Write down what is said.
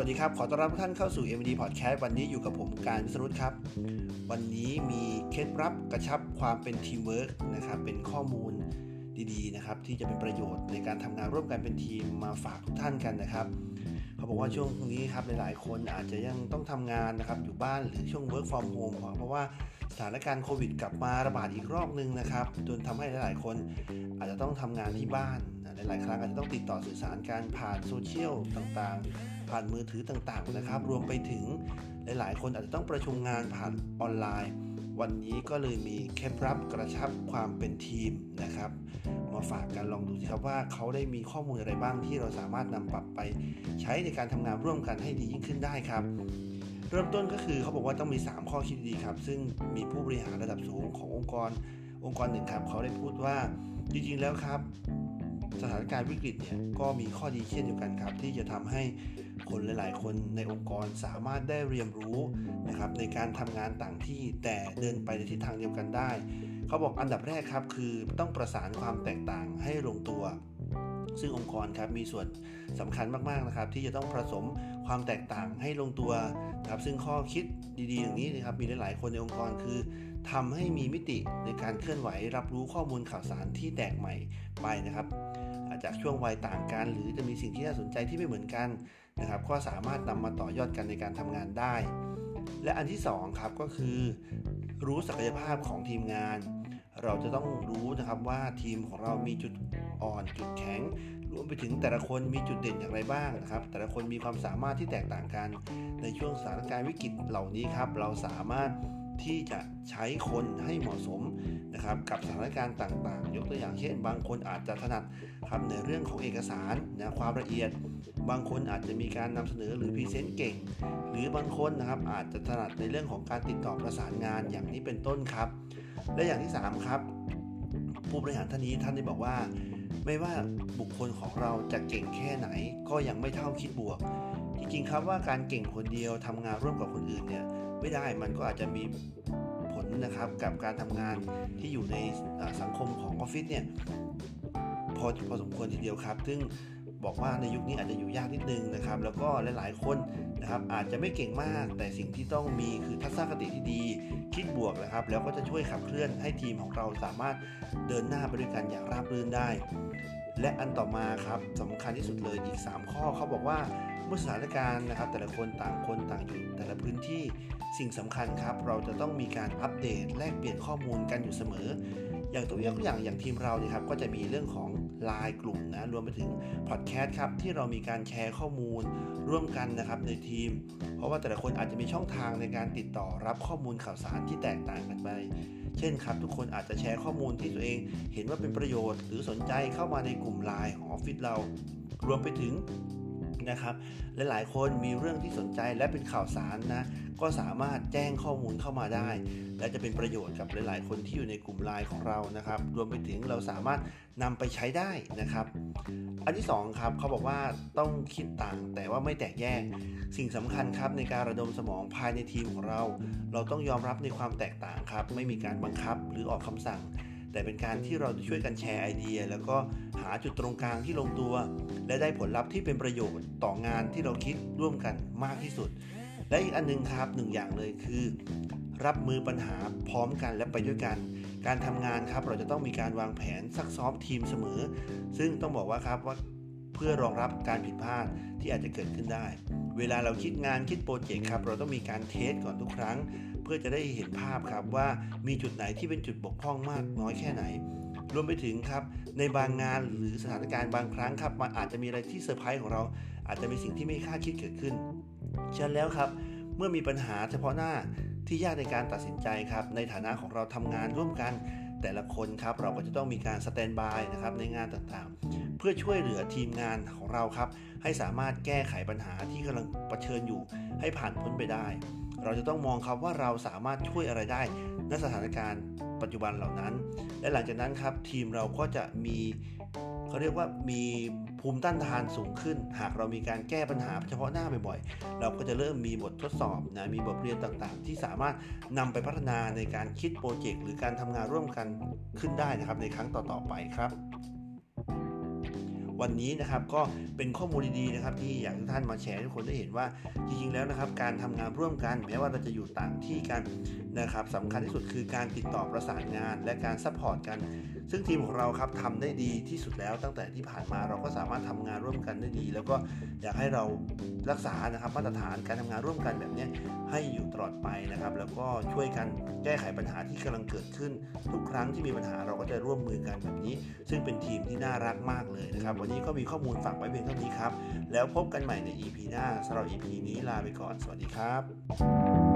ดีครับขอต้อนรับทุกท่านเข้าสู่ MD Podcast วันนี้อยู่กับผมการวิศรุตครับวันนี้มีเคล็ดลับกระชับความเป็นทีมเวิร์กนะครับเป็นข้อมูลดีๆนะครับที่จะเป็นประโยชน์ในการทำงานร่วมกันเป็นทีมมาฝากทุกท่านกันนะครับเขาบอกว่าช่วงนี้ครับหลายๆคนอาจจะยังต้องทำงานนะครับอยู่บ้านหรือช่วง work from home เพราะว่าสถานการณ์โควิดกลับมาระบาดอีกรอบนึงนะครับจนทำให้หลายๆคนอาจจะต้องทำงานที่บ้านหลายๆครั้งอาจจะต้องติดต่อสื่อสารกันผ่านโซเชียลต่างๆผ่านมือถือต่างๆนะครับรวมไปถึงหลายๆคนอาจจะต้องประชุมงานผ่านออนไลน์วันนี้ก็เลยมีเคล็ดลับกระชับความเป็นทีมนะครับมาฝากกันลองดูสิครับว่าเขาได้มีข้อมูลอะไรบ้างที่เราสามารถนำปรับไปใช้ในการทำงานร่วมกันให้ดียิ่งขึ้นได้ครับเริ่มต้นก็คือเขาบอกว่าต้องมี3ข้อคิดดีครับซึ่งมีผู้บริหารระดับสูงขององค์กรหนึ่งครับเขาได้พูดว่าจริงๆแล้วครับสถานการณ์วิกฤตเนี่ยก็มีข้อดีเช่นเดียวกันครับที่จะทำให้คนหลายๆคนในองค์กรสามารถได้เรียนรู้นะครับในการทำงานต่างที่แต่เดินไปในทิศทางเดียวกันได้เขาบอกอันดับแรกครับคือต้องประสานความแตกต่างให้ลงตัวซึ่งองค์กรครับมีส่วนสำคัญมากๆนะครับที่จะต้องผสมความแตกต่างให้ลงตัวครับซึ่งข้อคิดดีๆอย่างนี้นะครับมีหลายๆคนในองค์กรคือทำให้มีมิติในการเคลื่อนไหวรับรู้ข้อมูลข่าวสารที่แตกใหม่ไปนะครับจากช่วงวัยต่างกันหรือจะมีสิ่งที่น่าสนใจที่ไม่เหมือนกันนะครับก็สามารถนำมาต่อยอดกันในการทำงานได้และอันที่2ครับก็คือรู้ศักยภาพของทีมงานเราจะต้องรู้นะครับว่าทีมของเรามีจุดอ่อนจุดแข็งรวมไปถึงแต่ละคนมีจุดเด่นอย่างไรบ้างนะครับแต่ละคนมีความสามารถที่แตกต่างกันในช่วงสถานการณ์วิกฤตเหล่านี้ครับเราสามารถที่จะใช้คนให้เหมาะสมนะครับกับสถานการณ์ต่างๆยกตัวอย่างเช่นบางคนอาจจะถนัดครับในเรื่องของเอกสารนะความละเอียดบางคนอาจจะมีการนำเสนอหรือพรีเซนต์เก่งหรือบางคนนะครับอาจจะถนัดในเรื่องของการติดต่อประสานงานอย่างนี้เป็นต้นครับและอย่างที่3ครับผู้บริหารท่านนี้ท่านได้บอกว่าไม่ว่าบุคคลของเราจะเก่งแค่ไหนก็ยังไม่เท่าคิดบวกจริงๆครับว่าการเก่งคนเดียวทำงานร่วมกับคนอื่นเนี่ยไม่ได้มันก็อาจจะมีผลนะครับกับการทำงานที่อยู่ในสังคมของออฟฟิศเนี่ยพอสมควรทีเดียวครับซึ่งบอกว่าในยุคนี้อาจจะอยู่ยากนิดนึงนะครับแล้วก็หลายๆคนนะครับอาจจะไม่เก่งมากแต่สิ่งที่ต้องมีคือทัศนคติที่ดีคิดบวกนะครับแล้วก็จะช่วยขับเคลื่อนให้ทีมของเราสามารถเดินหน้าไปด้วยกันอย่างราบรื่นได้และอันต่อมาครับสำคัญที่สุดเลยอีก3ข้อเขาบอกว่าเมื่อสถานการณ์นะครับแต่ละคนต่างอยู่แต่ละพื้นที่สิ่งสำคัญครับเราจะต้องมีการอัปเดตแลกเปลี่ยนข้อมูลกันอยู่เสมออย่างตัวอย่างทีมเราเนี่ยครับก็จะมีเรื่องของไลน์กลุ่มนะรวมไปถึงพอดแคสต์ครับที่เรามีการแชร์ข้อมูลร่วมกันนะครับในทีมเพราะว่าแต่ละคนอาจจะมีช่องทางในการติดต่อรับข้อมูลข่าวสารที่แตกต่างกันไปเช่นครับทุกคนอาจจะแชร์ข้อมูลที่ตัวเองเห็นว่าเป็นประโยชน์หรือสนใจเข้ามาในกลุ่มไลน์ของออฟฟิศเรารวมไปถึงนะครับหลายๆคนมีเรื่องที่สนใจและเป็นข่าวสารนะก็สามารถแจ้งข้อมูลเข้ามาได้และจะเป็นประโยชน์กับหลายๆคนที่อยู่ในกลุ่มไลน์ของเรานะครับรวมไปถึงเราสามารถนำไปใช้ได้นะครับอันที่2ครับเขาบอกว่าต้องคิดต่างแต่ว่าไม่แตกแยกสิ่งสำคัญครับในการระดมสมองภายในทีมของเราต้องยอมรับในความแตกต่างครับไม่มีการบังคับหรือออกคำสั่งแต่เป็นการที่เราช่วยกันแชร์ไอเดียแล้วก็หาจุดตรงกลางที่ลงตัวและได้ผลลัพธ์ที่เป็นประโยชน์ต่องานที่เราคิดร่วมกันมากที่สุดและอีกอันนึงครับ1อย่างเลยคือรับมือปัญหาพร้อมกันและไปด้วยกันการทำงานครับเราจะต้องมีการวางแผนซักซ้อมทีมเสมอซึ่งต้องบอกว่าครับว่าเพื่อรองรับการผิดพลาดที่อาจจะเกิดขึ้นได้เวลาเราคิดงานคิดโปรเจกต์ครับเราต้องมีการเทสก่อนทุกครั้งเพื่อจะได้เห็นภาพครับว่ามีจุดไหนที่เป็นจุดบกพร่องมากน้อยแค่ไหนรวมไปถึงครับในบางงานหรือสถานการณ์บางครั้งครับมันอาจจะมีอะไรที่เซอร์ไพรส์ของเราอาจจะมีสิ่งที่ไม่คาดคิดเกิดขึ้นฉะนั้นแล้วครับเมื่อมีปัญหาเฉพาะหน้าที่ยากในการตัดสินใจครับในฐานะของเราทำงานร่วมกันแต่ละคนครับเราก็จะต้องมีการสแตนด์บายนะครับในงานต่างๆเพื่อช่วยเหลือทีมงานของเราครับให้สามารถแก้ไขปัญหาที่กำลังเผชิญอยู่ให้ผ่านพ้นไปได้เราจะต้องมองครับว่าเราสามารถช่วยอะไรได้ณสถานการณ์ปัจจุบันเหล่านั้นและหลังจากนั้นครับทีมเราก็จะมีเขาเรียกว่ามีภูมิต้านทานสูงขึ้นหากเรามีการแก้ปัญหาเฉพาะหน้าบ่อยๆเราก็จะเริ่มมีบททดสอบนะมีบทเรียนต่างๆที่สามารถนำไปพัฒนาในการคิดโปรเจกต์หรือการทำงานร่วมกันขึ้นได้นะครับในครั้งต่อๆไปครับวันนี้นะครับก็เป็นข้อมูลดีๆนะครับที่อยากให้ทุกท่านมาแชร์ให้ทุกคนได้เห็นว่าจริงๆแล้วนะครับการทำงานร่วมกันแม้ว่าเราจะอยู่ต่างที่กันนะครับสำคัญที่สุดคือการติดต่อประสานงานและการซัพพอร์ตกันซึ่งทีมของเราครับทำได้ดีที่สุดแล้วตั้งแต่ที่ผ่านมาเราก็สามารถทำงานร่วมกันได้ดีแล้วก็อยากให้เรารักษานะครับมาตรฐานการทำงานร่วมกันแบบนี้ให้อยู่ตลอดไปนะครับแล้วก็ช่วยกันแก้ไขปัญหาที่กำลังเกิดขึ้นทุกครั้งที่มีปัญหาเราก็จะร่วมมือกันแบบนี้ซึ่งเป็นทีมที่น่ารักมากเลยนะครับวันนี้ก็มีข้อมูลฝากไว้เพียงเท่านี้ครับแล้วพบกันใหม่ใน EP หน้าสำหรับ EP นี้ลาไปก่อนสวัสดีครับ